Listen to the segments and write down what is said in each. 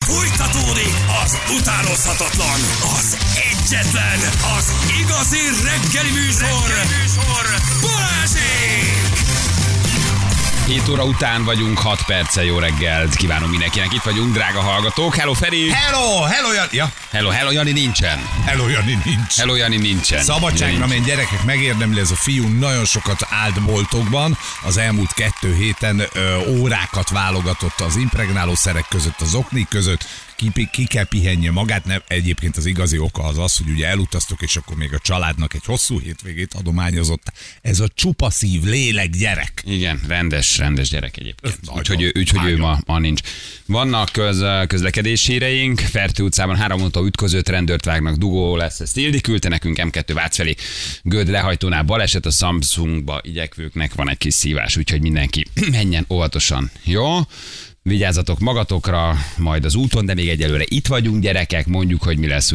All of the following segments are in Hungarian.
Fújtatódik az utánozhatatlan, az egyetlen, az igazi reggeli műsor, Balázsék! 7 óra után vagyunk, 6 perccel. Jó reggelt kívánom mindenkinek. Itt vagyunk, drága hallgatók. Hello, Feri! Hello, Jani! Ja. Hello, Jani nincsen. Hello, Jani nincsen. Szabadságra menj, gyerekek, megérdemli ez a fiú, nagyon sokat állt boltokban. Az elmúlt 2 héten órákat válogatott az impregnálószerek között, az oknik között. Ki kell pihenje magát, egyébként az igazi oka az, hogy ugye elutaztok, és akkor még a családnak egy hosszú hétvégét adományozott. Ez a csupa szív, lélek gyerek. Igen, rendes gyerek egyébként. Úgyhogy ő ma nincs. Vannak közlekedési híreink. Fertő utcában 3 autó ütközött, rendőrt vágnak, dugó lesz. Ezt Ildi küldte nekünk, M2 Vác felé. Göd lehajtónál baleset, a Samsungba igyekvőknek van egy kis szívás, úgyhogy mindenki menjen óvatosan. Jó? Vigyázzatok magatokra, majd az úton, de még egyelőre itt vagyunk, gyerekek, mondjuk, hogy mi lesz,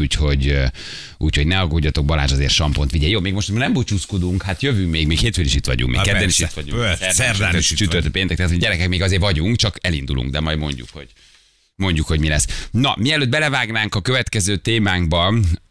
úgyhogy ne aggódjatok, Balázs azért sampont vigye. Jó, még most nem búcsúzkodunk, hát jövünk még hétfőn is itt vagyunk, még kedden is itt vagyunk. Szerdán is itt vagyunk. Péntek, tehát gyerekek, még azért vagyunk, csak elindulunk, de majd mondjuk, hogy mi lesz. Na, mielőtt belevágnánk a következő témánkba,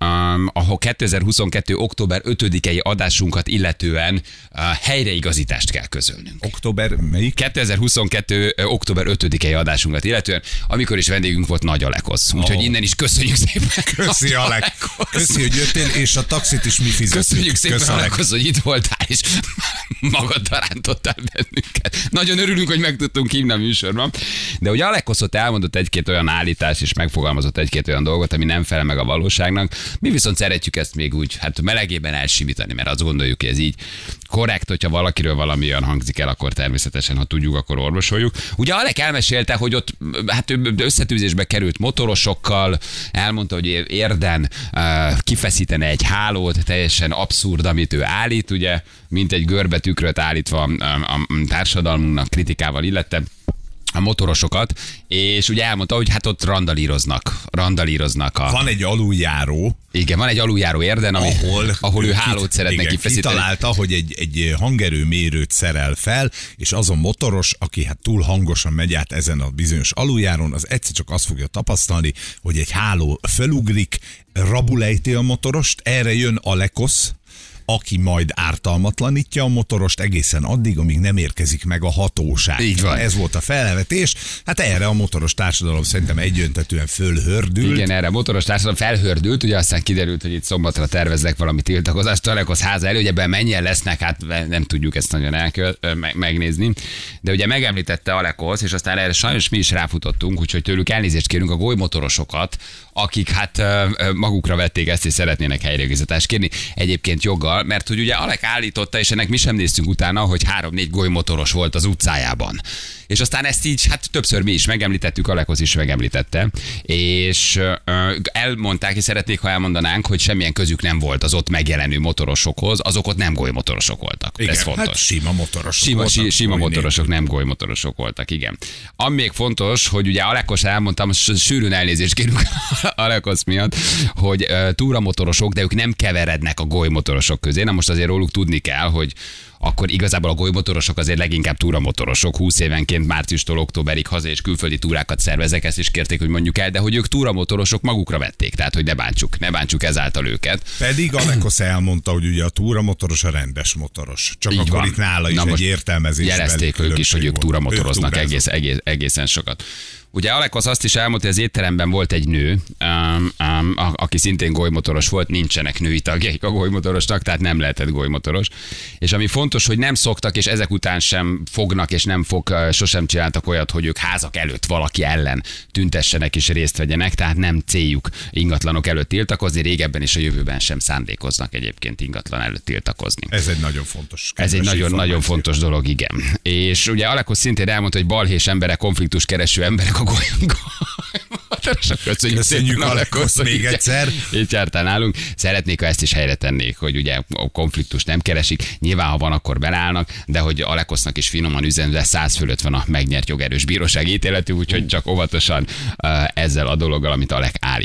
ahol 2022. október 5-i adásunkat illetően helyreigazítást kell közölnünk. Október melyik? 2022. október 5-i adásunkat illetően, amikor is vendégünk volt Nagy Alekosz. Úgyhogy innen is köszönjük szépen. Köszi, Alek. Köszi, hogy jöttél, és a taxit is mi fizetjük. Köszönjük szépen, Alekosz, hogy itt voltál, és magaddal rántottál bennünket. Nagyon örülünk, hogy meg tudtunk hívni a műsorban. De ugye Alekoszot elmondott egy-két olyan állítás, és megfogalmazott egy-két olyan dolgot, ami nem felel meg a valóságnak. Mi viszont szeretjük ezt még úgy, hát melegében elsimítani, mert azt gondoljuk, hogy ez így korrekt, hogyha valakiről valami olyan hangzik el, akkor természetesen, ha tudjuk, akkor orvosoljuk. Ugye Alek elmesélte, hogy ott hát összetűzésbe került motorosokkal, elmondta, hogy Érden kifeszítene egy hálót, teljesen abszurd, amit ő állít, ugye, mint egy görbe tükröt állítva a társadalmunknak kritikával illette a motorosokat, és ugye elmondta, hogy hát ott randalíroznak. Van egy aluljáró. Igen, van egy aluljáró Érden, ahol ő hálót szeretne kifeszíteni. Kitalálta, hogy egy hangerőmérőt szerel fel, és azon motoros, aki hát túl hangosan megy át ezen a bizonyos aluljáron, az egyszer csak azt fogja tapasztalni, hogy egy háló fölugrik, rabulejti a motorost, erre jön Alekosz, aki majd ártalmatlanítja a motorost egészen addig, amíg nem érkezik meg a hatóság. Így van. Ez volt a felvetés. Hát erre a motoros társadalom szerintem egyöntetően fölhördült. Igen, erre a motoros társadalom felhördült, ugye aztán kiderült, hogy itt szombatra terveznek valami tiltakozást Alekosz háza elő, hogy ebben mennyien lesznek, hát nem tudjuk ezt nagyon megnézni. De ugye megemlítette Alekosz, és aztán erre sajnos mi is ráfutottunk, úgyhogy tőlük elnézést kérünk a golymotorosokat, akik hát magukra vették ezt, és szeretnének helyreigazítást kérni. Egyébként joggal, mert hogy ugye Alek állította, és ennek mi sem néztünk utána, hogy 3-4 golymotoros volt az utcájában. És aztán ezt így, hát többször mi is megemlítettük, Alekosz is megemlítette, és elmondták, és szeretnék, ha elmondanánk, hogy semmilyen közük nem volt az ott megjelenő motorosokhoz, azok ott nem golymotorosok voltak. Igen, ez fontos. Hát sima motorosok sima motorosok, nem golymotorosok voltak, igen. Ami még fontos, hogy ugye Alekosz elmondtam, sűrűn elnézést kérünk Alekosz miatt, hogy túramotorosok, de ők nem keverednek a golymotorosok közé. Na most azért róluk tudni kell, hogy akkor igazából a golymotorosok azért leginkább túramotorosok, 20 évenként márciustól októberig haza és külföldi túrákat szervezek, ezt is kérték, hogy mondjuk el, de hogy ők túramotorosok magukra vették, tehát hogy ne bántsuk ezáltal őket. Pedig Alekosz elmondta, hogy ugye a túramotoros a rendes motoros. Csak így akkor van. Itt nála is egy értelmezésben. Jelezték ők is, hogy ők túramotoroznak egészen sokat. Ugye Alekosz azt is elmondta, hogy az étteremben volt egy nő, aki szintén golymotoros volt, nincsenek női tagjaik a golymotorosnak, tehát nem lehetett golymotoros. És ami fontos, hogy nem szoktak, és ezek után sem fognak, és sosem csináltak olyat, hogy ők házak előtt valaki ellen tüntessenek és részt vegyenek, tehát nem céljuk ingatlanok előtt tiltakozni, régebben és a jövőben sem szándékoznak egyébként ingatlan előtt tiltakozni. Ez egy nagyon fontos. Ez egy nagyon fontos dolog, igen. És ugye Alekosz szintén elmondta, hogy balhés emberek, konfliktus kereső emberek a Köszönjük Alekosz még egyszer. Így jártál nálunk. Szeretnék, ha ezt is helyre tennék, hogy ugye a konfliktus nem keresik. Nyilván, ha van, akkor belállnak, de hogy Alekosznak is finoman üzenve 100 fölött van a megnyert jogerős bíróság ítéletű, úgyhogy csak óvatosan ezzel a dologgal, amit Alek állít.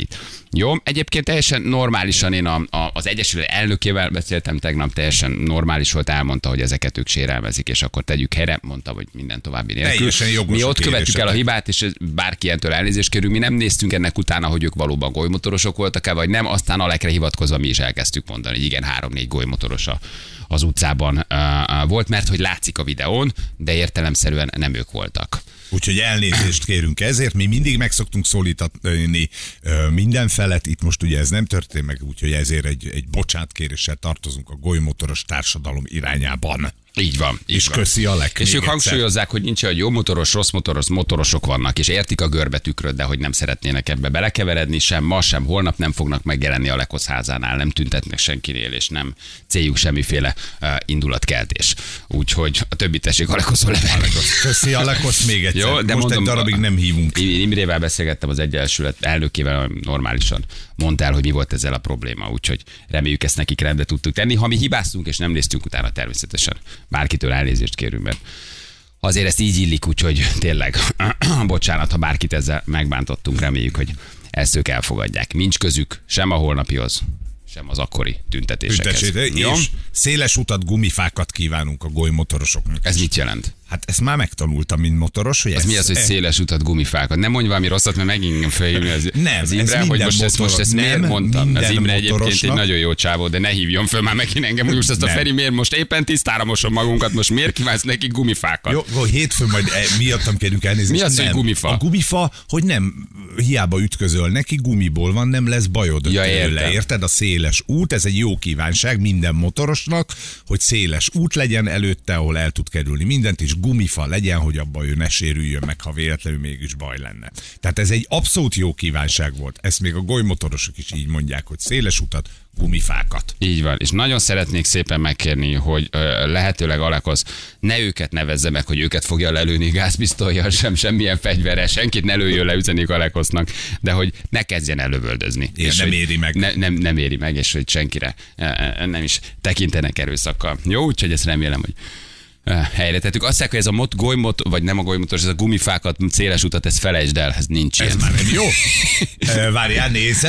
Jó, egyébként teljesen normálisan én az Egyesület elnökével beszéltem tegnap, teljesen normális volt, elmondta, hogy ezeket ők sérelmezik, és akkor tegyük helyre, mondta, hogy minden további nélkül. Mi ott követtük el a hibát, és bárki ilyentől elnézést kérünk, mi nem néztünk ennek utána, hogy ők valóban golymotorosok voltak-e, vagy nem, aztán Alekre hivatkozva mi is elkezdtük mondani, hogy igen, 3-4 golymotoros az utcában volt, mert hogy látszik a videón, de értelemszerűen nem ők voltak. Úgyhogy elnézést kérünk ezért, mi mindig meg szoktunk szólítani mindenfelet, itt most ugye ez nem történt meg, úgyhogy ezért egy bocsánatkéréssel tartozunk a golymotoros társadalom irányában. Így van. És köszi Alek. És ők hangsúlyozzák, hogy nincs olyan jó motoros, rossz motoros, motorosok vannak, és értik a görbetükröt, de hogy nem szeretnének ebbe belekeveredni, sem ma, sem holnap nem fognak megjelenni a Lekosz házánál, nem tüntetnek senkinél, és nem céljuk semmiféle indulatkeltés. Úgyhogy a többi tessék Alekoszon levelni. Köszi Alekosz még egyszer. Jó, de most mondom, egy darabig nem hívunk. Imrével beszélgettem az Egyesület elnökével normálisan. Mondta el, hogy mi volt ezzel a probléma, úgyhogy reméljük ezt nekik rendbe tudtuk tenni. Ha mi hibáztunk és nem néztünk utána, természetesen bárkitől elnézést kérünk, mert azért ezt így illik, úgyhogy tényleg bocsánat, ha bárkit ezzel megbántottunk, reméljük, hogy ezt ők elfogadják. Nincs közük sem a holnapihoz, sem az akkori tüntetésekhez. És széles utat, gumifákat kívánunk a golymotorosoknak. Ez mit jelent? Hát ezt már megtanultam, mint motoros. Hogy az mi az, hogy széles utat, gumifákat? Nem mondj valami rosszat, mert megint följönni az Imre, hogy most ezt miért mondtam. Az Imre egyébként egy nagyon jó csávó, de ne hívjon föl már megint engem, hogy most azt a Feri miért most éppen tisztára mosom magunkat, most miért kívánsz neki gumifákat? Jó, hétfőn majd miattam kérünk elnézést. Mi az, hogy gumifa? A gumifa, hogy nem, hiába ütközöl neki, gumiból van, nem lesz bajod tőle. Érted? A széles út, ez egy jó kívánság minden motorosnak, hogy széles út legyen előtte, ahol el tud kerülni mindent, és gumifa legyen, hogy abban ő ne sérüljön meg, ha véletlenül mégis baj lenne. Tehát ez egy abszolút jó kívánság volt. Ezt még a golymotorosok is így mondják, hogy széles utat, gumifákat. Így van, és nagyon szeretnék szépen megkérni, hogy lehetőleg Alekosz ne őket nevezze meg, hogy őket fogja lelőni gázpisztollyal, semmilyen fegyverrel, senkit ne lőjön le, üzenik Alekosznak, de hogy ne kezdjen elövöldözni. És nem éri meg. Nem éri meg, és hogy senkire nem is tekintenek erőszakkal. Jó, úgyhogy ezt remélem, hogy helyre tettük. Azt mondják, hogy ez a golymot, vagy nem a golymotoros, ez a gumifákat, széles utat, ezt felejtsd el, ez nincs ilyen. Ez már nem jó. Várjál,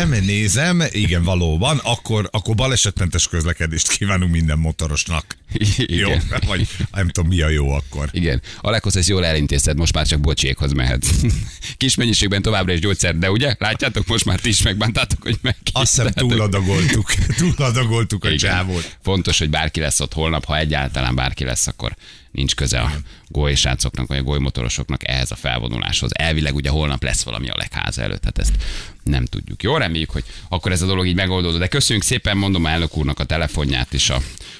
nézem, igen, valóban. Akkor balesetmentes közlekedést kívánunk minden motorosnak. Igen. Jó, vagy nem tudom, mi a jó akkor. Igen. Alekosz, ezt jól elintézted, most már csak bocsékhoz mehetsz. Kis mennyiségben továbbra is gyógyszer, de ugye? Látjátok, most már ti is megbántátok, hogy azt hiszem túladagoltuk a csávót. Fontos, hogy bárki lesz ott holnap, ha egyáltalán bárki lesz, akkor nincs köze a golysrácoknak, vagy a golymotorosoknak ehhez a felvonuláshoz. Elvileg ugye holnap lesz valami a legháza előtt, hát ezt nem tudjuk. Jó, reméljük, hogy akkor ez a dolog így megoldódott. De köszönjük szépen, mondom a elnök úrnak a telefonját és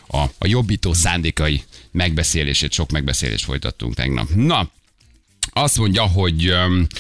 a jobbító szándékai megbeszélését, sok megbeszélést folytattunk tegnap. Na, azt mondja, hogy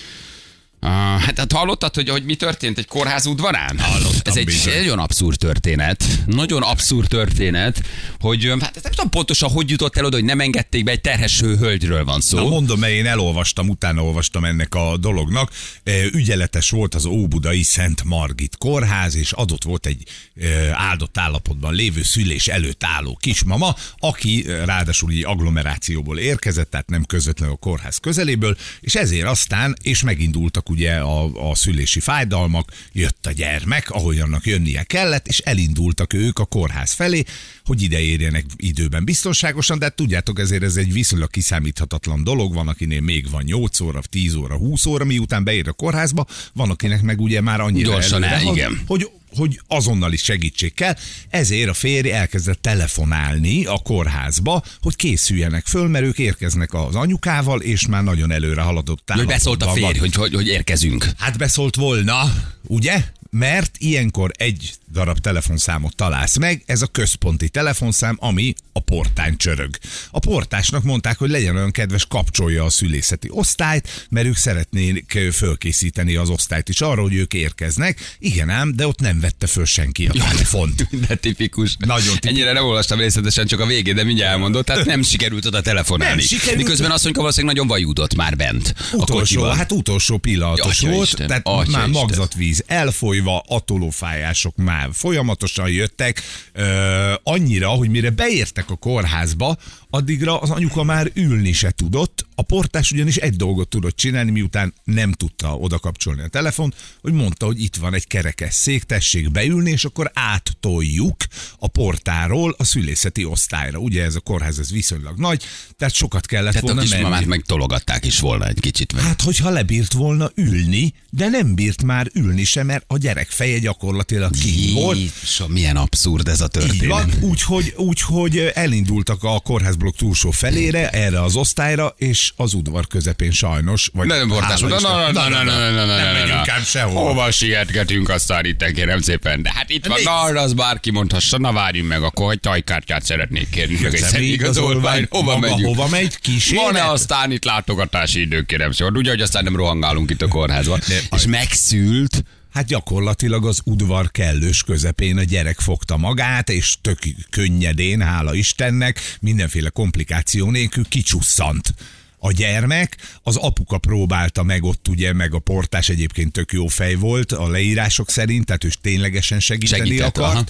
hát hallottad, hogy mi történt egy kórház udvarán? Ez egy nagyon abszurd történet. Nagyon abszurd történet, hogy hát nem tudom pontosan, hogy jutott el oda, hogy nem engedték be, egy terhes hölgyről van szó. Na mondom, mert én utána olvastam ennek a dolognak. Ügyeletes volt az óbudai Szent Margit kórház, és adott volt egy áldott állapotban lévő szülés előtt álló kismama, aki ráadásul így agglomerációból érkezett, tehát nem közvetlenül a kórház közeléből, és ezért aztán, és megindultak ugye a szülési fájdalmak, jött a gyermek, ahogy annak jönnie kellett, és elindultak ők a kórház felé, hogy ide érjenek időben biztonságosan, de hát tudjátok, ezért ez egy viszonylag kiszámíthatatlan dolog, van, akinél még van 8 óra, 10 óra, 20 óra, miután beér a kórházba, van, akinek meg ugye már annyira gyorsan igen. Hogy azonnal is segítség kell, ezért a férj elkezdett telefonálni a kórházba, hogy készüljenek föl, mert ők érkeznek az anyukával, és már nagyon előre haladott állapotban. Hogy beszólt a férj, hogy érkezünk. Hát beszólt volna, ugye? Mert ilyenkor egy darab telefonszámot találsz meg, ez a központi telefonszám, ami a portán csörög. A portásnak mondták, hogy legyen olyan kedves, kapcsolja a szülészeti osztályt, mert ők szeretnék fölkészíteni az osztályt is arra, hogy ők érkeznek. Igen ám, de ott nem vette föl senki a telefont. De tipikus. Nagyon tipikus. Ennyire nem olvastam részletesen, csak a végén, de mindjárt elmondott, tehát nem sikerült oda telefonálni. Miközben azt mondja, valószínűleg nagyon vajúdott már bent. Utolsó pillanatos volt, Isten, tehát már magzatvíz elfolyva, atolófájások már folyamatosan jöttek, annyira, hogy mire beértek a kórházba, addigra az anyuka már ülni se tudott, a A portás ugyanis egy dolgot tudott csinálni, miután nem tudta oda kapcsolni a telefont, hogy mondta, hogy itt van egy kerekes szék, tessék beülni, és akkor áttoljuk a portáról a szülészeti osztályra. Ugye ez a kórház ez viszonylag nagy, tehát sokat kellett tehát volna menni. Tehát a kismamát meg tologatták is volna egy kicsit. Vagy. Hát, hogyha lebírt volna ülni, de nem bírt már ülni sem, mert a gyerek feje gyakorlatilag ki volt. Milyen abszurd ez a történet. Így van, úgyhogy elindultak a kórházblokk túlsó felére, erre az osztályra, és az udvar közepén sajnos. Vagy nem portás, nem megyünk ám sehol. Hova sietgetünk, aztán itt, kérem szépen. De hát itt van, az bárki mondhassa, na várjunk meg, akkor hogy tajkártyát szeretnék kérni. Meg egy személyigazolvány. Hova megyünk? Hova megy? Kíséret? Van-e aztán itt látogatási idő, kérem szépen. Ugye, hogy aztán nem rohangálunk itt a kórházban. És megszült. Hát gyakorlatilag az udvar kellős közepén a gyerek fogta magát, és tök könnyedén, hála Istennek, mindenféle komplikáció nélkül kicsusszant. A gyermek, az apuka próbálta meg ott ugye, meg a portás egyébként tök jó fej volt a leírások szerint, tehát ő ténylegesen segíteni akart.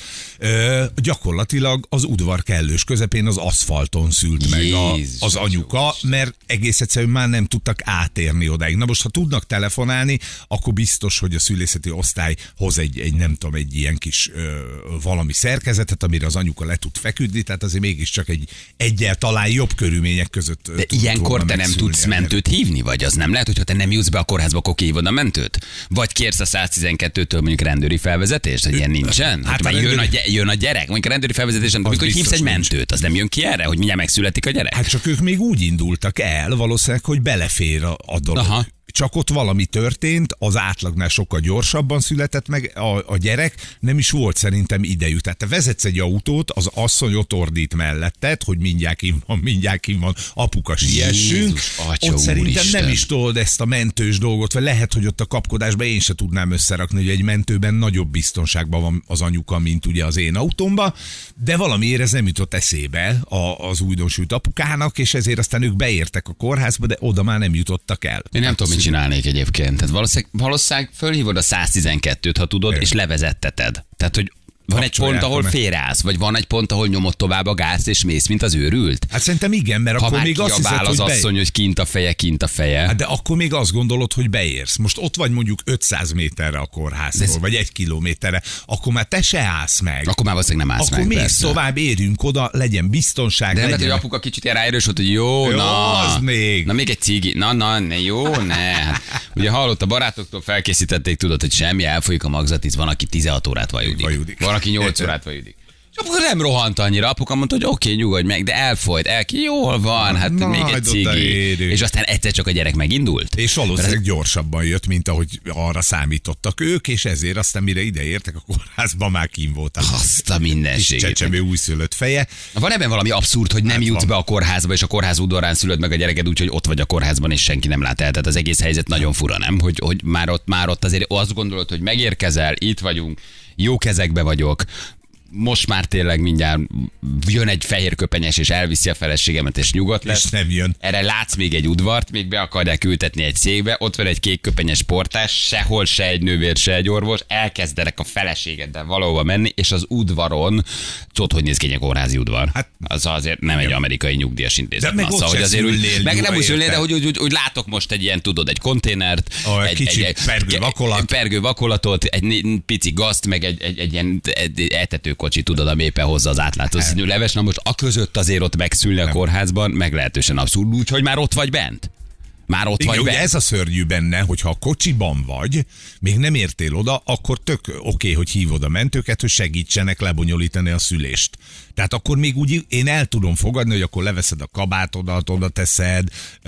Gyakorlatilag az udvar kellős közepén az aszfalton szült meg az anyuka, mert egész egyszerűen már nem tudtak átérni odáig. Na most, ha tudnak telefonálni, akkor biztos, hogy a szülészeti osztály hoz egy nem tudom, egy ilyen kis valami szerkezetet, amire az anyuka le tud feküdni, tehát azért mégiscsak egyel talán jobb körülmények között. De ilyenkor te nem tudsz mentőt hívni? Vagy az nem lehet, hogyha te nem jutsz be a kórházba, akkor kihívod a mentőt? Vagy kérsz a 112-től mondjuk rendőri felvezetést? Ilyen nincsen? Hát már jön a gyerek, mondjuk a rendőri felvezetésen, amikor hívsz egy mentőt, az nem jön ki erre, hogy mindjárt megszületik a gyerek? Hát csak ők még úgy indultak el, valószínűleg, hogy belefér a dolog. Aha. Csak ott valami történt, az átlagnál sokkal gyorsabban született meg a gyerek, nem is volt szerintem idejű. Tehát te vezetsz egy autót, az asszony ott ordít melletted, hogy mindjárt kim van, apuka siessünk. Ott szerintem nem is tudod ezt a mentős dolgot, vagy lehet, hogy ott a kapkodásban én se tudnám összerakni, hogy egy mentőben nagyobb biztonságban van az anyuka, mint ugye az én autómba, de valamiért ez nem jutott eszébe az újdonsült apukának, és ezért aztán ők beértek a kórházba, de oda már nem jutottak el. Én nem tudom, mit csinálnék egyébként. Tehát valószínűleg fölhívod a 112-t, ha tudod, és levezetteted. Tehát, hogy van egy pont, ahol félreállsz, vagy van egy pont, ahol nyomod tovább a gázt, és mész, mint az őrült? Hát szerintem igen, mert ha akkor még azt hiszed, az asszony, hogy kint a feje. Hát de akkor még azt gondolod, hogy beérsz. Most ott vagy mondjuk 500 méterre a kórháztól, vagy 1 kilométerre, akkor már te se állsz meg. Akkor már valószínűleg nem állsz akkor meg. Akkor még tovább érjünk oda, legyen biztonság. De nem lehet, hogy apuka kicsit ilyen ráérős volt, hogy jó, az még. Na még egy cigi, jó, ne. Hát, ugye hallott, a barátoktól felkészítették, tudod, hogy semmi, elfolyik a magzatíz, van, aki 16 órát vajudik. Van, aki 8 órát vajudik. És apuka nem rohant annyira, apuka mondta, hogy oké, nyugodj meg, de elfolyt, jól van, hát még egy cigi. És aztán egyszer csak a gyerek megindult. És valószínűleg gyorsabban jött, mint ahogy arra számítottak ők, és ezért aztán mire ideértek a kórházba, már kín voltak. Azt a mindenségét. Csecsemő újszülött feje. Van ebben valami abszurd, hogy nem jutsz be a kórházba, és a kórház udvarán szülöd meg a gyereked úgy, hogy ott vagy a kórházban, és senki nem lát el. Tehát az egész helyzet nagyon fura, nem? Hogy már ott azért azt gondolod, hogy megérkezel, itt vagyunk, jó kezekbe vagyok. Most már tényleg mindjárt jön egy fehér köpenyes, és elviszi a feleségemet, és nyugodt lesz. És nem jön. Erre látsz még egy udvart, még be akarják ültetni egy székbe, ott van egy kék köpenyes portás, sehol se egy nővér, se egy orvos, elkezdenek a feleségeddel valahova menni, és az udvaron, tudod, hogy néz ki egy kórházi udvar. Hát, az azért nem egy amerikai nyugdíjas intézet. De meg ott hogy azért úgy, meg nem úgy szülnél, de hogy látok most egy ilyen, tudod, egy konténert, egy pergő vakolatot, egy pici gazt, meg egy ilyen etetőkocsi, tudod, ami éppen hozza az átlátó színű leves. Na most a között azért ott megszülni a kórházban, meglehetősen abszurd, úgyhogy már ott vagy bent. Már ott vagy bent. Ez a szörnyű benne, hogyha a kocsiban vagy, még nem értél oda, akkor tök oké, hogy hívod a mentőket, hogy segítsenek lebonyolítani a szülést. Tehát akkor még úgy én el tudom fogadni, hogy akkor leveszed a kabátodat, oda teszed,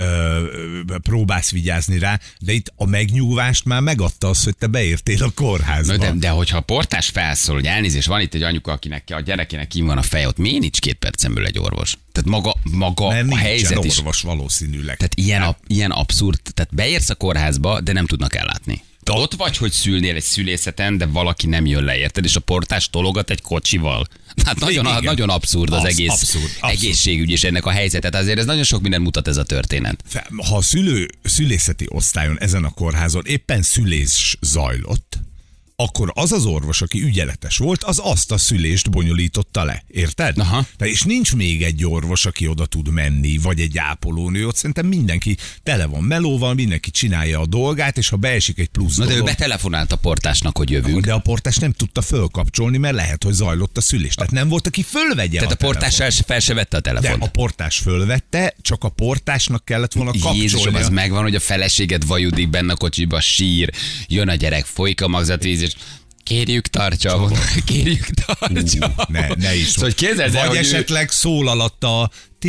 próbálsz vigyázni rá, de itt a megnyúvást már megadta az, hogy te beértél a kórházba. De hogyha a portás felszól, hogy elnézés, van itt egy anyuka, akinek a gyerekének kín van a feje, ott miért nincs 2 percemből egy orvos? Tehát maga a helyzet is. Orvos valószínűleg. Tehát ilyen abszurd, tehát beérsz a kórházba, de nem tudnak ellátni. Te ott vagy, hogy szülnél egy szülészeten, de valaki nem jön le, érted, és a portás tologat egy kocsival. Hát nagyon abszurd az egész abszurd. Egészségügy és ennek a helyzetet. Azért ez nagyon sok minden mutat ez a történet. Ha a szülészeti osztályon ezen a kórházon éppen szülés zajlott, akkor az az orvos, aki ügyeletes volt, az azt a szülést bonyolította le. Érted? Aha. És nincs még egy orvos, aki oda tud menni, vagy egy ápolónő. Ott szerintem mindenki tele van melóval, mindenki csinálja a dolgát, és ha beesik egy plusz Na de ő dolog, betelefonált a portásnak, hogy jövünk. de a portás nem tudta fölkapcsolni, mert lehet, hogy zajlott a szülés. Tehát nem volt, aki fölvegye. Tehát a portás fel se vette a De telefont. a portás fölvette, csak a portásnak kellett volna kapcsolni. Jézusom, az megvan, hogy a feleséged vajudik benne a kocsiba, sír, jön a gyerek, folyik a magzatvíz, és kérjük tartsa, kérjük tartsa. Ne is. Szóval képzeld el, vagy hogy esetleg szól alatt a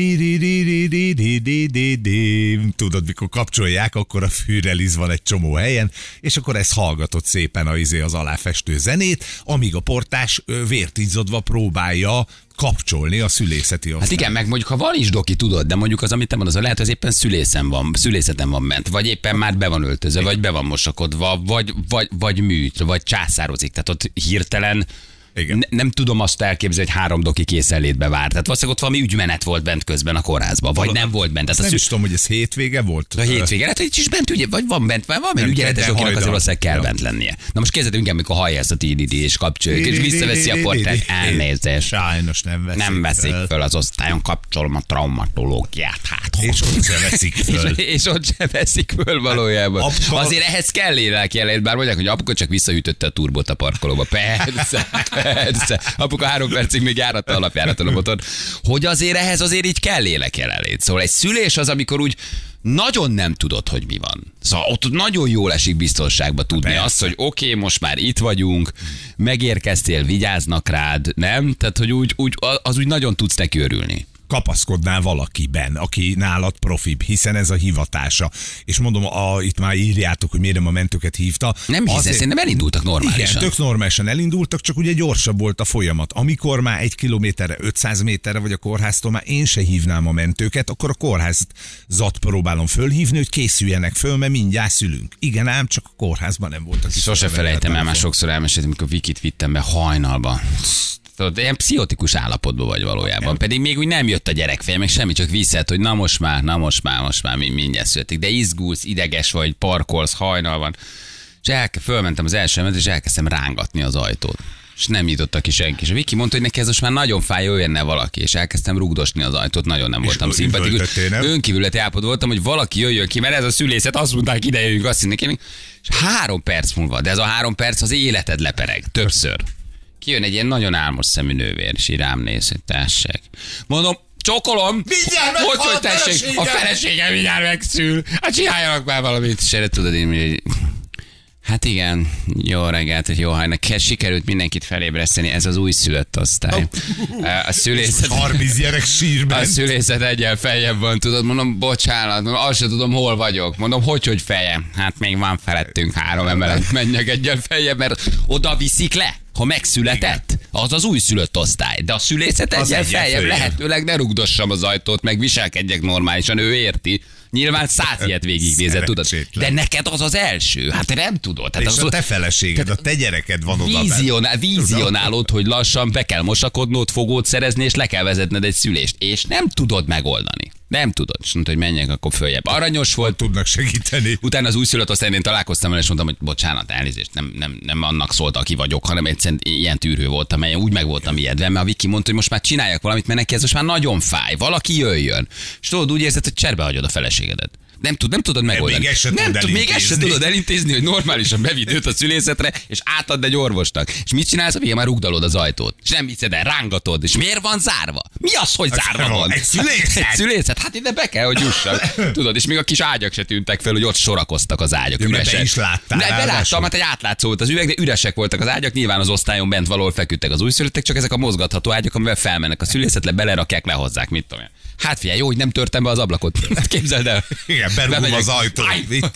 tudod, mikor kapcsolják, akkor a fűreliz van egy csomó helyen, és akkor ezt hallgatott szépen az aláfestő zenét, amíg a portás vért izzadva próbálja kapcsolni a szülészeti osztályt. Hát igen, meg mondjuk, ha van is doki, tudod, de mondjuk az, amit te mondasz, lehet, hogy az éppen szülészeten van ment, vagy éppen már be van öltözve, vagy be van mosakodva, vagy műt, vagy császározik. Tehát ott hirtelen nem tudom azt elképzelni, hogy 3 doki készenlétbe vár. Tehát valószínűleg ott valami ügymenet volt bent közben a kórházban, vagy nem volt bent. Tehát nem is tudom, hogy ez hétvége volt. A hétvége, hát egy is bent ügye, vagy van bent, vagy valami ügyeletes, akinek azért valószínűleg kell bent lennie. Na most kezdetünk, amikor hallja ezt a TDD és kapcsoljuk, és visszaveszi a portát. Elnézést. Sajnos nem veszik föl az osztályon, kapcsolom a traumatológiát. Hát, és ott se veszik föl. És ott se veszik föl valójában. Azért ehhez kell lélek, bár mondják, hogy apuka csak visszaütötte a turbót a parkolóba. Persze. Apuka 3 percig még járatta alapjáraton a motor. Hogy azért ehhez azért így kell lélek jelenlét. Szóval egy szülés az, amikor úgy nagyon nem tudod, hogy mi van. Szóval ott nagyon jól esik biztonságba tudni azt, hogy oké, most már itt vagyunk, megérkeztél, vigyáznak rád, nem? Tehát, hogy az úgy nagyon tudsz neki örülni. Kapaszkodnál valakiben, aki nálad profibb, hiszen ez a hivatása. És mondom, itt már írjátok, hogy miért nem a mentőket hívta. Nem hiszem, szerintem elindultak normálisan. Igen, tök normálisan elindultak, csak ugye gyorsabb volt a folyamat. Amikor már 1 kilométerre, 500 méterre vagy a kórháztól, már én se hívnám a mentőket, akkor a kórházat próbálom fölhívni, hogy készüljenek föl, mert mindjárt szülünk. Igen ám, csak a kórházban nem voltak. Sose felejtem el, már sokszor elmeséltem, amikor Vikit vittem be hajnalba. Tudod, ilyen pszichotikus állapotban vagy valójában. Nem. Pedig még úgy nem jött a gyerekfeje, meg semmi, csak visszelt, hogy na most már mindjárt születik. De izgulsz, ideges vagy, parkolsz, hajnal van. És fölmentem az első emelet, és elkezdtem rángatni az ajtót. És nem nyitotta ki senki. És a Viki mondta, hogy neki ez most már nagyon fáj, jöjjenne valaki. És elkezdtem rugdosni az ajtót, nagyon nem voltam szimpatikus. Önkívületi állapotban voltam, hogy valaki jöjjön ki, mert ez a szülészet, azt mondták, ide jöjjünk, azt hinnék. És 3 perc múlva, de ez a 3 perc az életed lepereg, többször. Kijön egy ilyen nagyon álmos szemű nővér, és így rám néz, hogy tessék. Mondom, csókolom! Hogy tessék, a feleségem mindjárt megszül. Hát csináljanak már valamit. És erre tudod én, hogy hát igen, jó reggelt, hogy jó hajnak. Sikerült mindenkit felébreszteni, ez az újszülött osztály. A szülészet... 30 gyerek sírben. A szülészet egyen feljebb van, tudod, mondom, bocsánat, mondom, azt sem tudom, hol vagyok. Mondom, hogy feje? Hát még van felettünk 3 emelet, menjek egyen feljebb, mert oda viszik le. Ha megszületett, az az újszülött osztály. De a szülészet egyen feljebb, lehetőleg ne rugdossam az ajtót, meg viselkedjek normálisan, ő érti. Nyilván 100 ilyet végignézett, tudod. De neked az az első. Hát te nem tudod. Hát és az a te feleséged, a te gyereked van oda. Vizionálod, hogy lassan be kell mosakodnod, fogót szerezni, és le kell vezetned egy szülést. És nem tudod megoldani. Nem tudod. És mondta, hogy menjek akkor följebb. Aranyos volt. Tudnak segíteni. Utána az újszülött osztályon én találkoztam vele, és mondtam, hogy bocsánat, elnézést, nem annak szólt, aki vagyok, hanem egyszerűen ilyen tűrő voltam, melyen úgy meg voltam ijedve, mert a Viki mondta, hogy most már csináljak valamit, mert neki ez most már nagyon fáj. Valaki jöjjön. És tudod, úgy érzed, hogy cserbe hagyod a feleségedet. Nem tudod megoldani. Még ezt sem tudod elintézni, hogy normálisan bevidd őt a szülészetre, és átad egy orvosnak. És mit csinálsz? Végén már rugdalod az ajtót. És nem hiszed el, rángatod. És miért van zárva? Mi az, hogy zárva van? Egy szülészet? Hát ide be kell, hogy jussak. Tudod, és még a kis ágyak se tűntek fel, hogy ott sorakoztak az ágyak. Üresek. Te is láttál. De beláttam, mert egy átlátszó volt az üveg, de üresek voltak az ágyak. Nyilván az osztályon bent valahol feküdtek az újszülöttek, csak ezek a mozgatható ágyak, amivel felmennek a szülészetre, belerakják, lehozzák, mit tudom én. Hát figyelj, jó, hogy nem törtem be az ablakot. Képzeld el. Igen, berúgom az ajtót.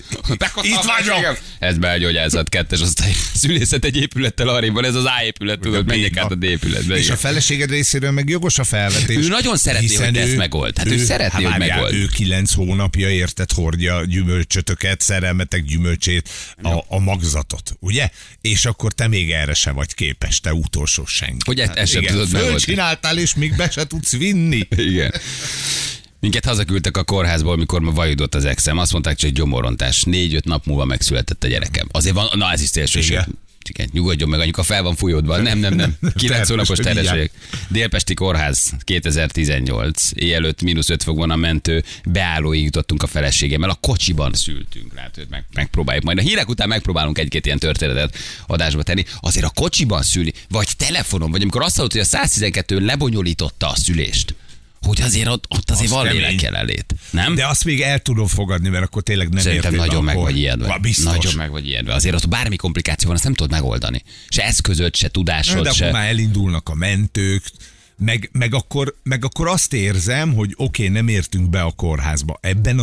Itt vagyok. Ez belgyógyászat 2-es osztály. Szülészet egy épülettel arrébb van, ez az A épület, tudod, menjek át a D épületbe. És a feleséged részéről meg jogos a felvetés. Ő nagyon szeretné, hogy ezt megold. Hát ő szeretné, hogy megold. Ő 9 hónapja érted hordja gyümölcsötöket, szerelmetek gyümölcsét, a magzatot, ugye? És akkor te még erre se vagy képes, te utolsó senki. Hogy ezt sem tudod megoldani. Csináltál, és még be se tudsz vinni. Igen. Minket hazaküldtek a kórházból, mikor ma vajudott az exem. Azt mondták, csak egy gyomorontás. 4-5 nap múlva megszületett a gyerekem. Azért van, na ez is szélsőség. Igen, nyugodjon meg, anyuka, fel van fújódva. Nem. 9 hónapos terhesség. Délpesti Kórház 2018. Éjjelőtt -5 fok van a mentő. Beállóig jutottunk a feleségemmel. A kocsiban szültünk. Lehet, hogy megpróbáljuk. Majd a hírek után megpróbálunk egy-két ilyen történetet adásba tenni. Azért a kocsiban szülni, vagy telefonon, vagy amikor azt hallott, hogy a 112 lebonyolította a szülést, hogy azért ott azért van lélek jelenlét, nem? De azt még el tudom fogadni, mert akkor tényleg nem szerintem értél. Nagyon meg vagy ijedve. Biztos. Nagyon meg vagy ijedve. Azért ott bármi komplikáció van, azt nem tudod megoldani. Se eszközöd, se tudásod, de se... akkor már elindulnak a mentők, meg akkor azt érzem, hogy oké, nem értünk be a kórházba. Ebben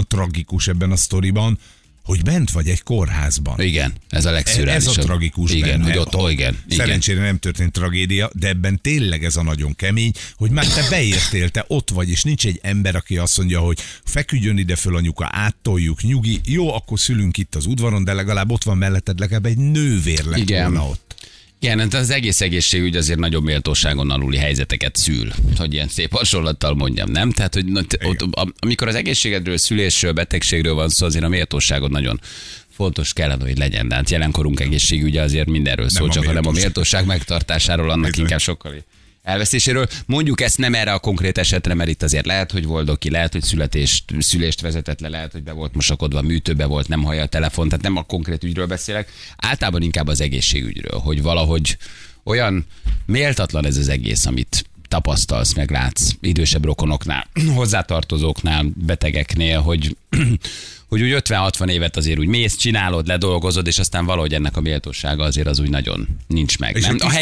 a sztoriban, hogy bent vagy egy kórházban. Igen, ez a legszürreálisabb. Ez a tragikus igen, benne. hogy ott, igen. Szerencsére nem történt tragédia, de ebben tényleg ez a nagyon kemény, hogy már te beértél, te ott vagy, és nincs egy ember, aki azt mondja, hogy feküdjön ide föl anyuka, áttoljuk, nyugi, jó, akkor szülünk itt az udvaron, de legalább ott van melletted, legalább egy nővér lett volna ott. Igen, az egész egészségügy azért nagyobb méltóságon aluli helyzeteket szül, hogy ilyen szép hasonlattal mondjam, nem? Tehát, hogy ott, amikor az egészségedről, szülésről, betegségről van szó, azért a méltóságon nagyon fontos kellene, hogy legyen. De hát jelenkorunk egészségügye azért mindenről szól, csak nem a méltóság megtartásáról, annak inkább sokkal elvesztéséről. Mondjuk ezt nem erre a konkrét esetre, mert itt azért lehet, hogy Voldoki, lehet, hogy szülést vezetett le, lehet, hogy be volt mosakodva, műtőbe volt, nem hallja a telefon, tehát nem a konkrét ügyről beszélek. Általában inkább az egészségügyről, hogy valahogy olyan méltatlan ez az egész, amit tapasztalsz, meglátsz idősebb rokonoknál, hozzátartozóknál, betegeknél, hogy úgy 50-60 évet azért úgy mész, csinálod, ledolgozod, és aztán valahogy ennek a méltósága azért az úgy nagyon nincs meg. És nem? A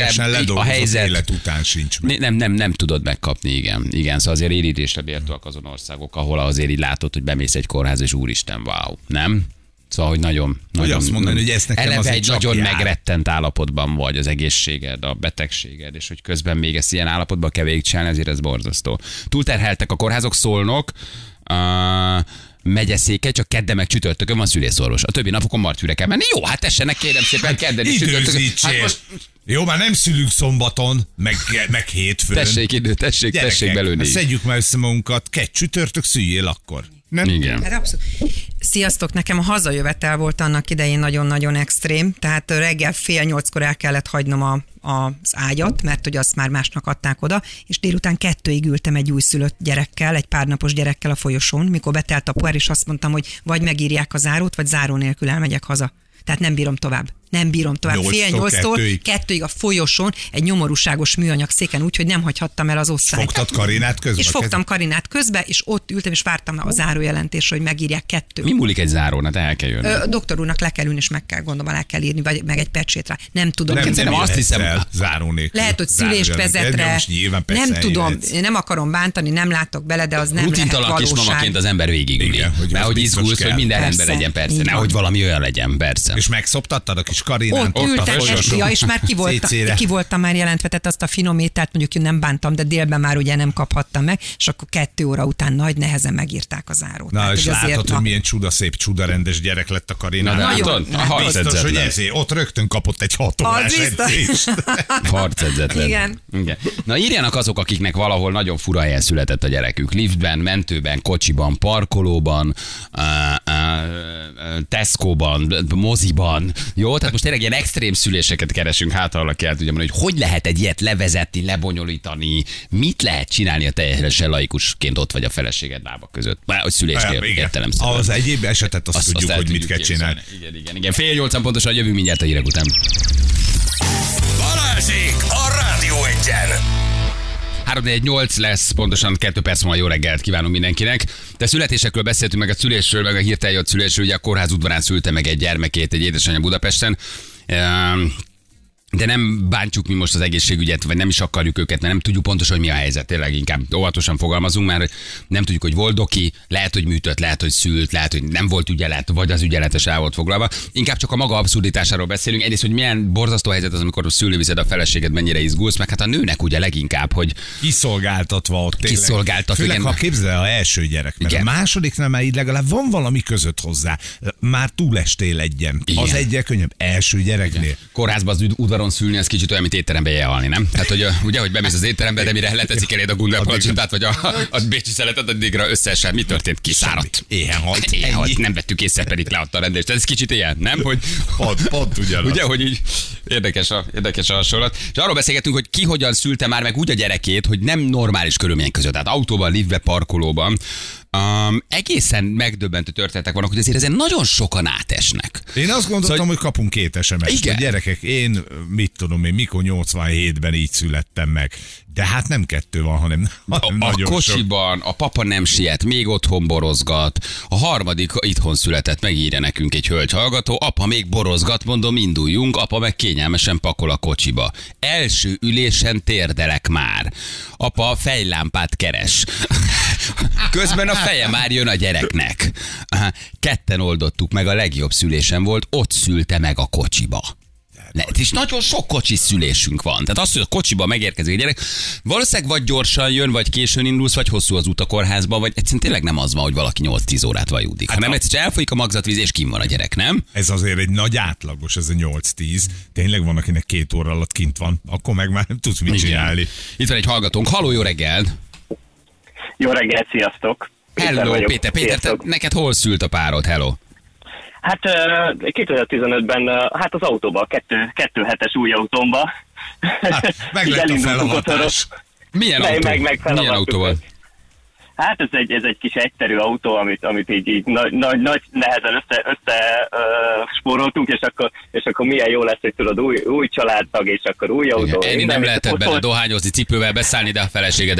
helyzet élet után sincs meg. Nem tudod megkapni, igen. Szóval azért érítésre bírtóak azon országok, ahol azért így látod, hogy bemész egy kórház, és úristen, wow, nem? Szóval, hogy nagyon azt mondani, hogy ezt nekem eleve egy nagyon jár. megrettent állapotban vagy az egészséged, a betegséged, és hogy közben még ezt ilyen állapotban kell végigcsinálni, ezért ez borzasztó. Túlterheltek a kórházok, Szolnok, Megyeszéke, csak kedden meg csütörtökön van szülészorvos. A többi napokon martűre kell menni. Jó, hát tessenek kérem szépen kedden és csütörtökön. Hát most... Jó, már nem szülünk szombaton, meg hétfőn. Tessék belőni. Szedjük már össze magunkat, csütörtök szüljél akkor. Nem? Igen. Hát abszolút. Sziasztok, nekem a hazajövetel volt annak idején nagyon-nagyon extrém, tehát reggel 7:30-kor el kellett hagynom az ágyat, mert hogy azt már másnak adták oda, és délután 2-ig ültem egy újszülött gyerekkel, egy pár napos gyerekkel a folyosón, mikor betelt a pohár, és azt mondtam, hogy vagy megírják a zárót, vagy záró nélkül elmegyek haza. Tehát nem bírom tovább. 7:30-tól 2-ig a folyosón egy nyomorúságos műanyag széken, úgyhogy nem hagyhattam el az osztályt. Fogtad Karinát közben? És fogtam Karinát közbe, és ott ültem, és vártam a zárójelentésre, hogy megírják 2. Mi múlik egy zárón? Hát el kell jönni. Doktor úrnak le kell ülni, és meg kell gondolom, el kell írni, vagy meg egy pecsét rá. Nem tudom. Nem azt hiszem, záró nélkül. Lehet, hogy szülést vezetre. Nem tudom, nem akarom bántani, nem látok bele, de az nem lehet valóság. Kismamaként az ember végigüli. Mert hogy izgulsz, hogy minden rendben legyen, persze. Nehogy valami olyan legyen, persze. És megszoptattad a kis Karinát? És már ki voltam már jelentve, tehát azt a finom ételt mondjuk nem bántam, de délben már ugye nem kaphattam meg, és akkor 2 óra után nagy nehezen megírták a zárót. Na, és látod, hogy milyen csodaszép, csodarendes gyerek lett a Karina. Nagyon. Biztos, hogy ezért ott rögtön kapott egy 6 órás edzést. Harcedzetlen. Igen. Na írjanak azok, akiknek valahol nagyon fura helyen született a gyerekük. Liftben, mentőben, kocsiban, parkolóban, Tesco-ban, moziban. Jó, tehát most tényleg ilyen extrém szüléseket keresünk, hát valaki el tudja mondani, hogy lehet egy ilyet levezetni, lebonyolítani, mit lehet csinálni, a teljesen laikusként ott vagy a feleséged lábak között. Hogy szülésnél értelemszerűen. Az egyéb esetet azt tudjuk, hogy mit kell csinálni. Igen. 7:30 pontosan jövünk mindjárt a hírek után. Balázsék a Rádió Egyen! 3-4-8 lesz, pontosan 2 perc múlva jó reggelt kívánunk mindenkinek. De születésekről beszéltünk, meg a szülésről, meg a hirtelen jött szülésről, ugye a kórház udvarán szülte meg egy gyermekét egy édesanyja Budapesten. De nem bántjuk mi most az egészségügyet, vagy nem is akarjuk őket, mert nem tudjuk pontosan, hogy mi a helyzet. Tényleg inkább óvatosan fogalmazunk, mert nem tudjuk, hogy volt doki, lehet, hogy műtött, lehet, hogy szült, lehet, hogy nem volt ügyelet, vagy az ügyeletes el volt foglalva. Inkább csak a maga abszurditásáról beszélünk. Egyrészt, hogy milyen borzasztó helyzet az, amikor szülni viszed a feleséged, mennyire izgulsz, meg hát a nőnek ugye leginkább, hogy kiszolgáltatva ott tényleg. Kiszolgáltatva, főleg, ha képzel a első gyerek, mert igen. A másodiknál már így legalább van valami között hozzá. Már túlestél egyen. Igen. Az egyel könnyebb. Első gyereknél. Kórházban az udvaron udvaron szülni, az kicsit olyan, mint étterembe jehalni, nem? Tehát, hogy ugye, hogy bemész az étterembe, de mire letetszik eléd a gundelpalacsintát, vagy a bécsi szeletet, addigra összesen mi történt? Kiszáradt. Éhen halt. Nem vettük észre, pedig leadta a rendést. Ez kicsit ilyen, nem? Hogy pont ugyanaz. Ugye, hogy így érdekes a hasonlat. És arról beszélgetünk, hogy ki hogyan szülte már meg úgy a gyerekét, hogy nem normális körülmények között. Tehát autóban, liftbe, parkolóban. Egészen megdöbbentő történetek vannak, hogy azért ezen nagyon sokan átesnek. Én azt gondoltam, hogy kapunk 2 SMS-t. Igen. Gyerekek, én mit tudom én, mikor 87-ben így születtem meg. De hát nem 2 van, hanem a kocsiban, a papa nem siet, még otthon borozgat. A harmadik itthon született, megírja nekünk egy hölgy hallgató. Apa még borozgat, mondom, induljunk. Apa meg kényelmesen pakol a kocsiba. Első ülésen térdelek már. Apa fejlámpát keres. Közben a feje már jön a gyereknek. Ketten oldottuk meg, a legjobb szülésem volt, ott szülte meg a kocsiba. És nagyon sok kocsi szülésünk van. Tehát az, hogy a kocsiba megérkezik a gyerek, valószínűleg vagy gyorsan jön, vagy későn indulsz, vagy hosszú az út a kórházba, vagy egyszerűen tényleg nem az van, hogy valaki 8-10 órát vajudik. Hanem egyszerűen elfolyik a magzatvíz, és kint van a gyerek, nem? Ez azért egy nagy átlagos, ez a 8-10. Tényleg van, akinek 2 óra alatt kint van, akkor meg már nem tudsz mit csinálni. Itt van egy hallgatónk. Halló, jó reggel! Jó reggelt, sziasztok! Hello, Péter, te neked hol szült a párod? Hello! Hát 2015-ben hát az autóba, 2.7-es új autómba. Hát, meg lett a felavatás. Milyen autó? Milyen autó volt? Hát ez egy kis egyszerű autó, amit így nagy nehezen spóroltunk, és akkor milyen jó lesz, hogy tudod, új családtag, és akkor új autó. Enni nem lehetett benne dohányozni, cipővel beszállni, de a feleséged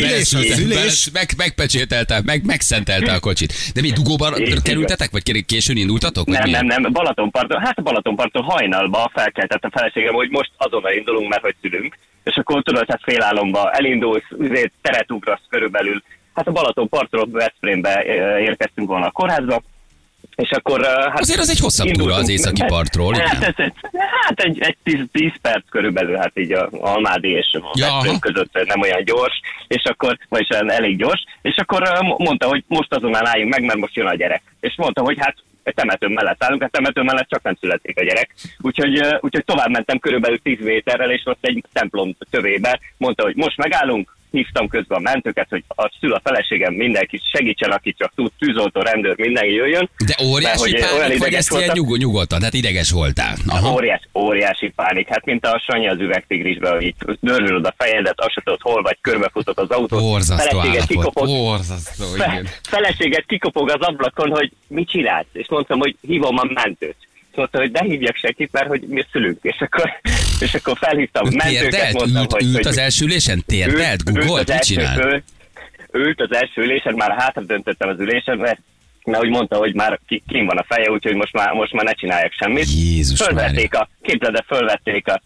megpecsételte, megszentelte a kocsit. De mi, dugóban kerültetek, vagy későn indultatok? Nem, Balatonparton hajnalba felkeltett a feleségem, hogy most azonnal indulunk, mert hogy szülünk. És akkor tudod, hát félálomba elindulsz, teret ugrasz körülbelül. Hát a Balatonpartról Veszprémbe érkeztünk volna a kórházba, és akkor... Hát azért az egy hosszabb túra az északi partról, hát egy 10 perc körülbelül, hát így a Almádi és a Veszprém között nem olyan gyors, és akkor, vagyis elég gyors, és akkor mondta, hogy most azonnal álljunk meg, mert most jön a gyerek. És mondta, hogy hát egy temető mellett állunk, a temető mellett csak nem születik a gyerek. Úgyhogy tovább mentem körülbelül 10 méterrel, és ott egy templom tövébe mondta, hogy most megállunk, hívtam közben a mentőket, hogy a feleségem mindenki segítsen, aki csak tud, tűzoltó, rendőr, mindenki jöjjön. De óriási pánik, vagy ezt ilyen nyugodtan, tehát ideges voltál? Óriási pánik, hát mint a Sanyi az üvegtigrisben, hogy így dörzsölöd a fejedet, azt se tudod, hol vagy, körbefutott az autót. Borzasztó állapot, feleséget kikopog az ablakon, hogy mit csinálsz? És mondtam, hogy hívom a mentőt. Mondta, hogy ne hívjak senkit, mert hogy mi szülünk. És akkor felhívtam mentőket, mondtam, ült az első ülésen? Térdelt? Google? Mit csinál? Ült az első ülésen, már hátra döntöttem az ülésen, mert úgy mondta, hogy már kín van a feje, úgyhogy most már ne csináljak semmit. Jézus fölvették a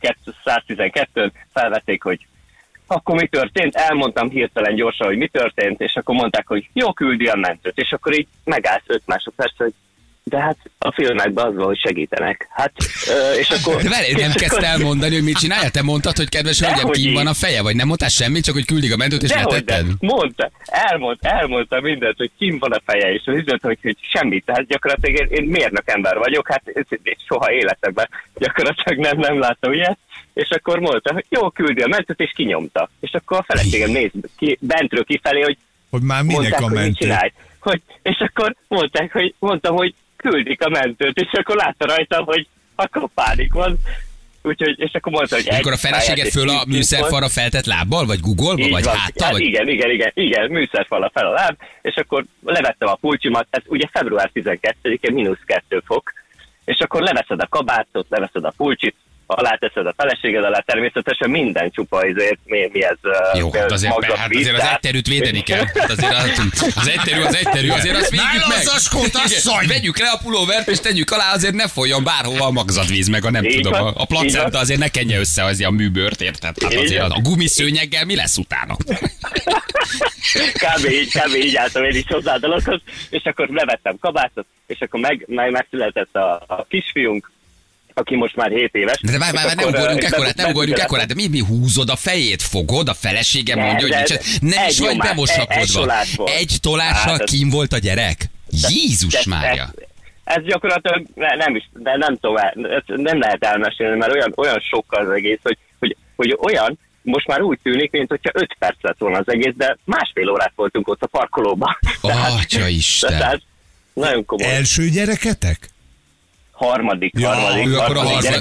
112-n, felvették, hogy akkor mi történt, elmondtam hirtelen gyorsan, hogy mi történt, és akkor mondták, hogy jó, küldi a mentőt, és akkor így megállt 5 másodperc, hogy de hát a filmekben az van, hogy segítenek. Hát, és akkor... De várj, nem kezdte elmondani, hogy mit csinálja? Te mondtad, hogy kedves hölgyem, kín van a feje, vagy nem mondtál semmit, csak hogy küldik a mentőt, és letetted? Elmondta mindent, hogy kín van a feje, és az hogy semmit. Tehát gyakorlatilag én mérnök ember vagyok, hát soha életemben gyakorlatilag nem láttam ilyet. És akkor mondta, hogy jó, küldi a mentőt, és kinyomta. És akkor a feleségem néz ki, bentről kifelé, hogy már minek a mentő? És akkor mondtam, hogy küldik a mentőt, és akkor látta rajtam, hogy akkor pánik van. Úgyhogy, és akkor mondta, hogy akkor a feleséget föl a műszerfalra feltett lábbal, vagy googolva, vagy háttal? Vagy... Igen, műszerfalra fel a láb, és akkor levettem a pulcsimat, ez ugye február 12-én -2 fok, és akkor leveszed a kabátot, leveszed a pulcsit, alá teszed a feleséged alá, természetesen minden csupa azért, mi ez jó, hát azért az egyterűt védeni kell. Hát azért az egyterű, azért azt védjük meg. Vegyük le a pulóvert, és tegyük alá, azért ne folyjon bárhova a magzatvíz, meg a nem tudom, a placenta azért ne kenje össze az a műbőrt, érted? Hát azért a gumiszőnyeggel mi lesz utána? Kb. így álltam én is hozzá a dologhoz, és akkor levettem kabátot, és akkor megszületett a kisfiunk, aki most már 7 éves. De várj, ne ugorjunk ekkorát, de mi húzod a fejét, fogod, a felesége mondja, hogy nem is vagy bemosakodva. Egy tolással kín volt a gyerek? Jézus Mária! ez gyakorlatilag nem tudom, nem lehet elmesélni, mert olyan sokkal az egész, hogy olyan, most már úgy tűnik, mint hogyha 5 perc lett volna az egész, de 1,5 órát voltunk ott a parkolóban. Atya Isten! Tehát nagyon komoly. Első gyereketek? Harmadik. Akkor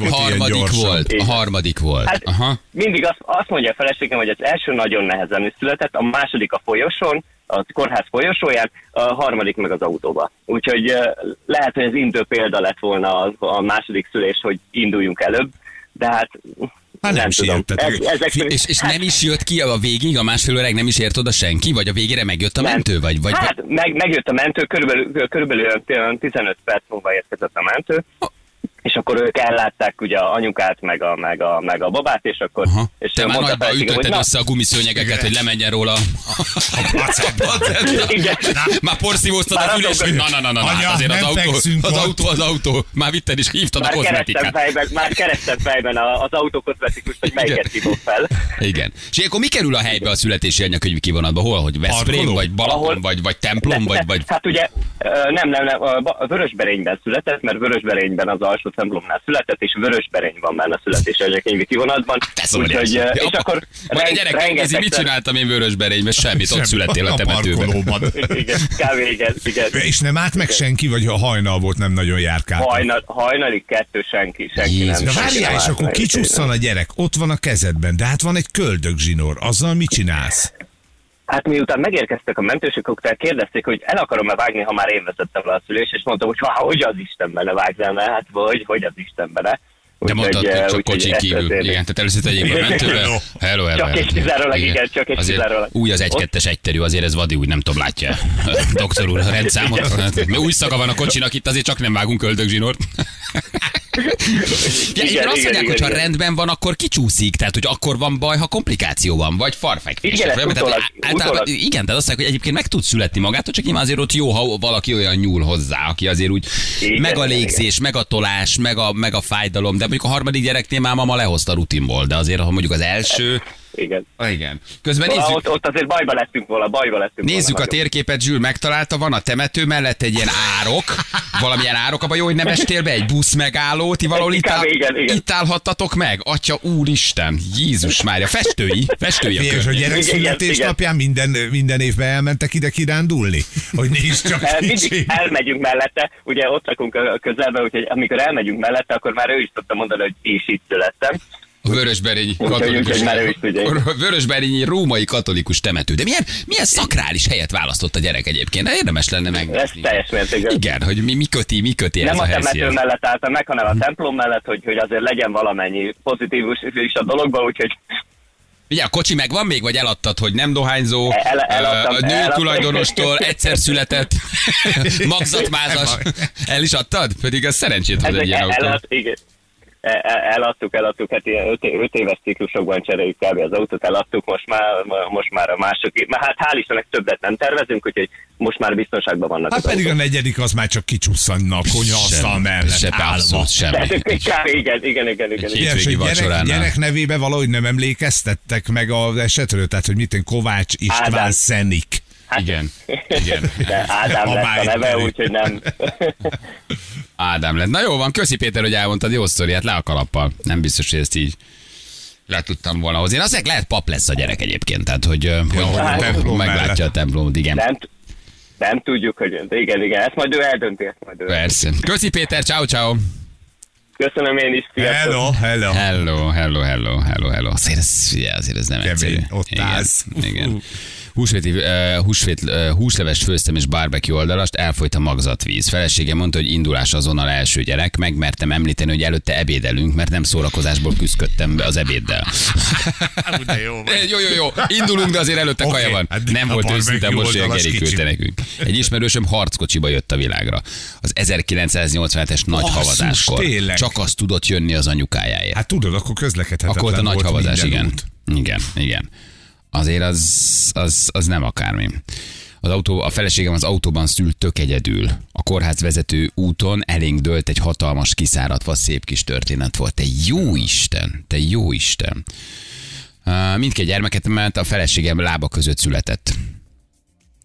a harmadik volt. Hát, mindig azt mondja a feleségem, hogy az első nagyon nehezen született, a második a folyosón, a kórház folyosóján, a harmadik meg az autóba. Úgyhogy lehet, hogy ez induló példa lett volna a második szülés, hogy induljunk előbb, de hát nem tudom. És nem is jött ki a végig, a 1,5 óráig nem is ért oda senki? Vagy a végére megjött a mentő? Vagy... Hát megjött a mentő, körülbelül 15 perc múlva érkezett a mentő, és akkor ők ellátták ugye anyukát, meg a babát, és akkor... És te már nagyban ütötted össze a gumiszőnyegeket, hogy lemenjen róla a placenta. Már porszívóztad a fülés, hogy na, azért az autó. Már vitted is, hívtad a kozmetikát. Már kerestem fejben az autókozmetikust, hogy melyiket hívott fel. Igen. És akkor mi kerül a helybe a születési anyakönyvi kivonatba? Hol? Hogy Veszprém, vagy Balaton, vagy templom, vagy... Hát ugye nem, a Vörösberényben született, mert Vörösberényben az alsó templomnál született, és Vörösberény van benne a születési anyakönyvi kivonatban. Úgyhogy, és akkor a gyerek megnézi, mit csináltam én Vörösberényben? Semmit, ott születtél a temetőben. Igen, igen. És nem állt meg senki, vagy a hajnal volt, nem nagyon járkált? Hajnalig 2 senki nem. De várjál, és akkor kicsusszan a gyerek, ott van a kezedben, de hát van egy köldögzsinór, azzal mit csinálsz? Hát miután megérkeztek a mentősök, akkor kérdezték, hogy el akarom-e vágni, ha már én vezettem le a szülést, és mondtam, hogy hogy az Istenbene vágnám el, hát hogy az Istenbene. De mondtad, hogy csak kocsin kívül. Igen, tehát először tegyék be a mentőbe. Hello. Csak és kizárólag, igen, csak és kizárólag. Új az 1-2-es egyterű, azért ez vadi, úgy nem tudom, látja. Doktor úr, a rendszámot. Új szaga van a kocsinak, itt azért csak nem vágunk öldögzsinort. Igen, azt mondják, hogy ha rendben van, akkor kicsúszik, tehát hogy akkor van baj, ha komplikáció van, vagy farfekvés. Igen, tehát azt mondják, hogy egyébként meg tud születni magától, csak nyilván azért ott jó, ha valaki olyan nyúl hozzá, aki azért úgy meg a légzés, meg a tolás, meg a fájdalom, de mondjuk a harmadik gyereknél már mama lehozta rutinból, de azért, ha mondjuk az első... Igen. Közben nézzük. Ott azért bajba lettünk volna. Nézzük a térképet, Zsül megtalálta, van a temető mellett egy ilyen árok, valamilyen árok, abban jó, hogy nem estél be, egy busz megálló, ti valahol itt állhattatok meg? Atya úristen, Jézus Mária, festői a és a gyerek születésnapján minden évben elmentek ide kirándulni? Hogy nézd csak mindig elmegyünk mellette, ugye ott lakunk a közelben, úgyhogy amikor elmegyünk mellette, akkor már ő is tudta mondani, hogy és itt születtem. A Vörösberényi római katolikus temető. De milyen szakrális helyet választott a gyerek egyébként? Érdemes lenne megnézni. Ez teljes mértékben. Igen, hogy mi köti nem ez a helyszín. Nem a temető mellett álltam meg, hanem a templom mellett, hogy azért legyen valamennyi pozitívus is a dologban, úgyhogy... Ugye a kocsi megvan még, vagy eladtad, hogy nem dohányzó, a nő tulajdonostól egyszer született, magzatmázas. El is adtad? Pedig az szerencsét hoz egy ilyen autó. Igen. Eladtuk, hát ilyen 5 éves ciklusokban cseréljük kb. Az autót, eladtuk, most már a mások, hát hál' Istennek többet nem tervezünk, úgyhogy most már biztonságban vannak. Hát pedig autók. A negyedik az már csak kicsusszanna a konyaasztal mellett állva. Igen. Gyerek nevébe valahogy nem emlékeztettek meg az esetről, tehát hogy mit Kovács István Szenik. Hát, igen. De Ádám lett a neve, úgyhogy nem. Ádám lett. Na jó van, köszi Péter, hogy elmondtad, jó sztori, hát le a kalappal. Nem biztos, hogy ezt így le tudtam volna hozni. Én azt mondják, lehet pap lesz a gyerek egyébként, tehát hogy meglátja a templomot, igen. Nem tudjuk, hogy igen, ezt majd ő eldönti. Persze. Köszi Péter, ciao. Köszönöm én is, Hello. Azért ez nem egyszerű. Ott állsz. Igen. Húsleves főztem és barbecue oldalast, elfolyt a magzatvíz. Feleségem mondta, hogy indulás azonnal első gyerek, megmertem említeni, hogy előtte ebédelünk, mert nem szórakozásból küzdöttem be az ebéddel. Jó. Indulunk, de azért előtte kaja van. Nem volt őszinte, most ilyen kerikülte nekünk. Egy ismerősöm harckocsiba jött a világra. Az 1987-es nagy havazáskor. Csak azt tudott jönni az anyukájáért. Hát tudod, akkor közlekedhetetlen volt. Akkor a nagy havazás, igen. Azért az nem akármi. A feleségem az autóban szült tök egyedül. A kórház vezető úton elénk dőlt egy hatalmas kiszáradva szép kis történet volt. Te jó Isten. Mindkét gyermeket, mert a feleségem lába között született.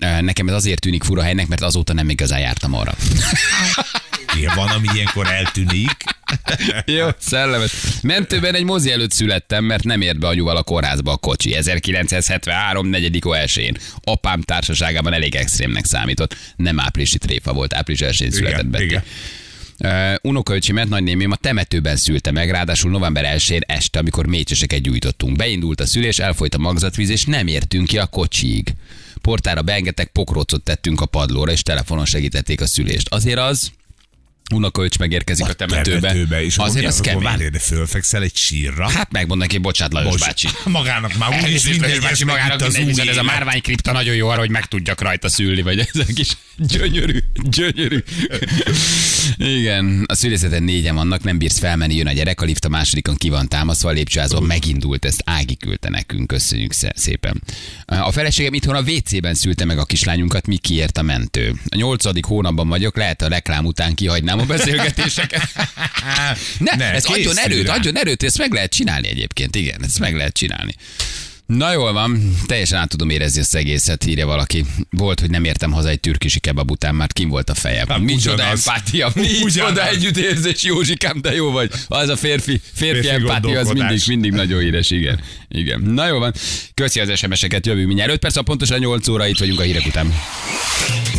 Nekem ez azért tűnik fura helynek, mert azóta nem igazán jártam arra. Igen, van, ami ilyenkor eltűnik. Jó, szellemes. Mentőben egy mozi előtt születtem, mert nem ért be anyuval a kórházba a kocsi. 1973. 4. esén. Apám társaságában elég extrémnek számított. Nem áprilisi tréfa volt, április 1-én született Betty. Unokaöcsimet, nagynémém a temetőben szülte meg, ráadásul november 1-én este, amikor mécseseket gyújtottunk. Beindult a szülés, elfolyt a magzatvíz, és nem értünk ki a kocsiig. Portára beengedtek, pokrócot tettünk a padlóra, és telefonon segítették a szülést. Azért az unokaöcs megérkezik a temetőbe. És azért az kemény. Várj, de fölfekszel egy sírra. Hát megmond neki, bocsánat, Lajos bácsi. Magának már úgyis mindegy, bácsi, magának mindegy, viszont ez a márványkripta nagyon jó arra, hogy meg tudjak rajta szülni, vagy ez a kis gyönyörű. Igen, a szülészeten 4-en vannak, nem bírsz felmenni, jön a gyerek, a lift a másodikon ki van támaszva, a lépcsőházban megindult, ezt Ági küldte nekünk, köszönjük szépen. A feleségem itthon a WC-ben szülte meg a kislányunkat, míg kiért a mentő. A 8. hónapban vagyok, lehet a reklám után kihagynám a beszélgetéseket. Ez adjon erőt, ezt meg lehet csinálni egyébként, igen, ezt meg lehet csinálni. Na jól van, teljesen át tudom érezni ezt egészet, írja valaki. Volt, hogy nem értem haza egy türkisi kebab után, már kim volt a fejem. Hát, micsoda empátia, micsoda együttérzés, Józsikám, de jó vagy. Az a férfi empátia, az mindig nagyon híres, igen. Na jól van, köszi az SMS-eket, jövünk mindjárt. 5 perc, pontosan 8 óra, itt vagyunk a hírek után.